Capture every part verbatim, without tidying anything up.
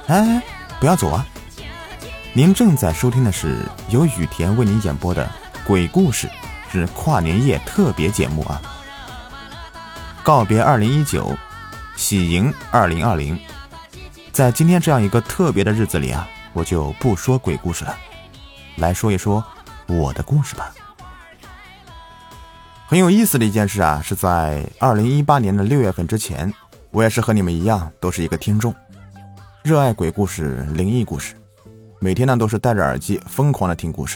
哎，不要走啊！您正在收听的是由雨田为您演播的鬼故事之跨年夜特别节目啊！告别二零一九，喜迎二零二零。在今天这样一个特别的日子里啊，我就不说鬼故事了，来说一说我的故事吧。很有意思的一件事啊，是在二零一八年的六月份之前，我也是和你们一样，都是一个听众，热爱鬼故事、灵异故事，每天呢都是戴着耳机疯狂的听故事。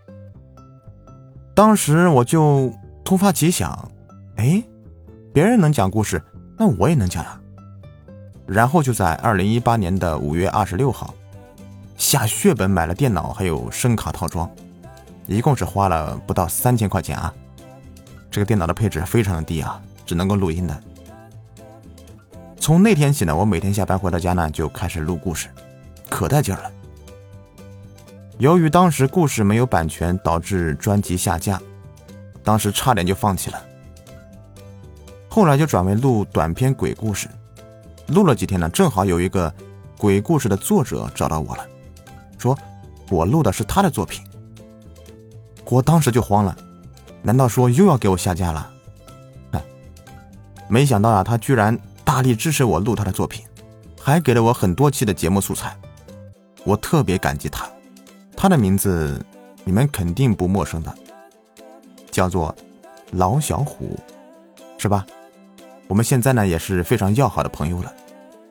当时我就突发奇想，哎，别人能讲故事，那我也能讲啊。然后就在二零一八年的五月二十六号，下血本买了电脑还有声卡套装，一共是花了不到三千块钱啊。这个电脑的配置非常的低啊，只能够录音的。从那天起呢，我每天下班回到家呢，就开始录故事，可带劲了。由于当时故事没有版权，导致专辑下架，当时差点就放弃了。后来就转为录短篇鬼故事，录了几天呢，正好有一个鬼故事的作者找到我了，说我录的是他的作品。我当时就慌了，难道说又要给我下架了？哎，没想到啊，他居然大力支持我录他的作品，还给了我很多期的节目素材，我特别感激他。他的名字你们肯定不陌生的，叫做老小虎，是吧？我们现在呢也是非常要好的朋友了。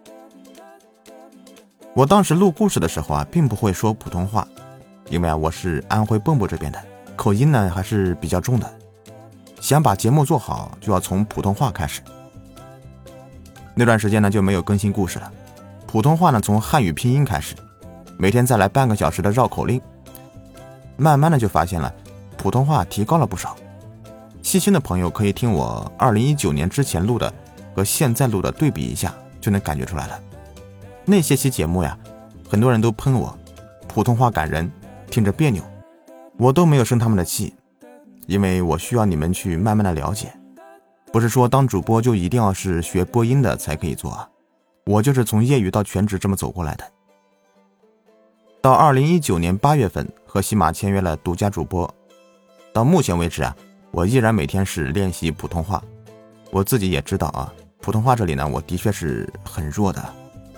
我当时录故事的时候啊，并不会说普通话，因为啊我是安徽蚌埠这边的，口音呢还是比较重的。想把节目做好，就要从普通话开始。那段时间呢就没有更新故事了，普通话呢从汉语拼音开始，每天再来半个小时的绕口令。慢慢的就发现了普通话提高了不少。细心的朋友可以听我二零一九年之前录的和现在录的对比一下，就能感觉出来了。那些期节目呀，很多人都喷我普通话感人，听着别扭，我都没有生他们的气，因为我需要你们去慢慢的了解，不是说当主播就一定要是学播音的才可以做啊，我就是从业余到全职这么走过来的。到二零一九年八月份和喜马签约了独家主播，到目前为止啊，我依然每天是练习普通话。我自己也知道啊，普通话这里呢，我的确是很弱的。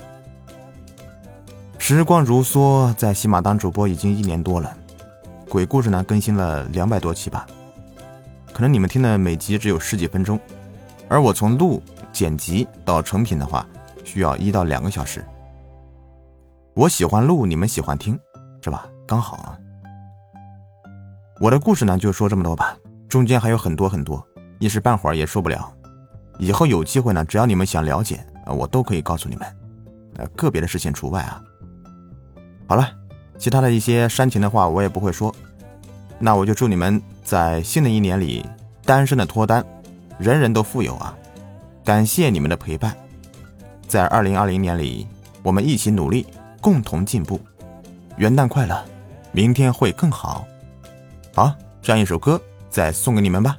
时光如梭，在喜马当主播已经一年多了，鬼故事呢更新了两百多期吧，可能你们听的每集只有十几分钟，而我从录、剪辑到成品的话，需要一到两个小时。我喜欢录，你们喜欢听，是吧？刚好啊。我的故事呢就说这么多吧，中间还有很多很多，一时半会儿也说不了。以后有机会呢，只要你们想了解，我都可以告诉你们，呃，个别的事情除外啊。好了，其他的一些煽情的话我也不会说，那我就祝你们在新的一年里单身的脱单，人人都富有啊！感谢你们的陪伴，在二零二零年里，我们一起努力，共同进步。元旦快乐，明天会更好。好，这样一首歌再送给你们吧。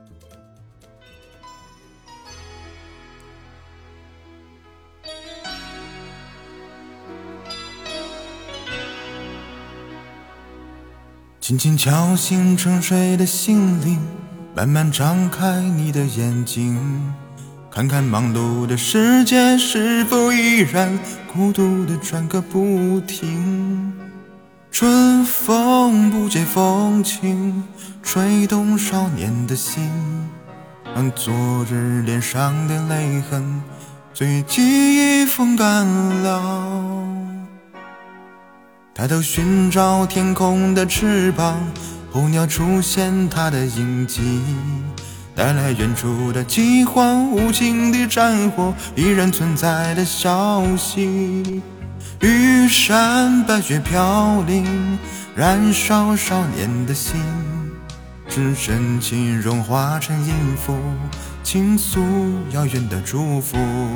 轻轻敲醒沉睡的心灵，慢慢张开你的眼睛，看看忙碌的世界是否依然孤独的转个不停。春风不解风情，吹动少年的心，让昨日脸上的泪痕随记忆风干了。抬头寻找天空的翅膀，候鸟出现它的印记，带来远处的饥荒，无情的战火依然存在的消息。玉山白雪飘零，燃烧少年的心，是真情融化成音符，倾诉遥远的祝福。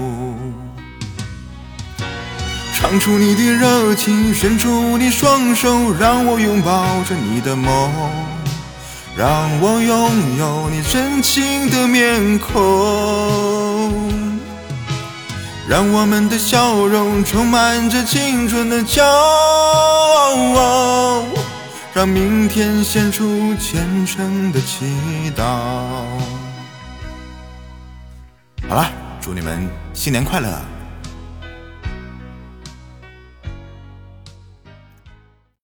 唱出你的热情，伸出你双手，让我拥抱着你的梦，让我拥有你真情的面孔。 让我们的笑容充满着青春的骄傲，让明天献出虔诚的祈祷。好了，祝你们新年快乐。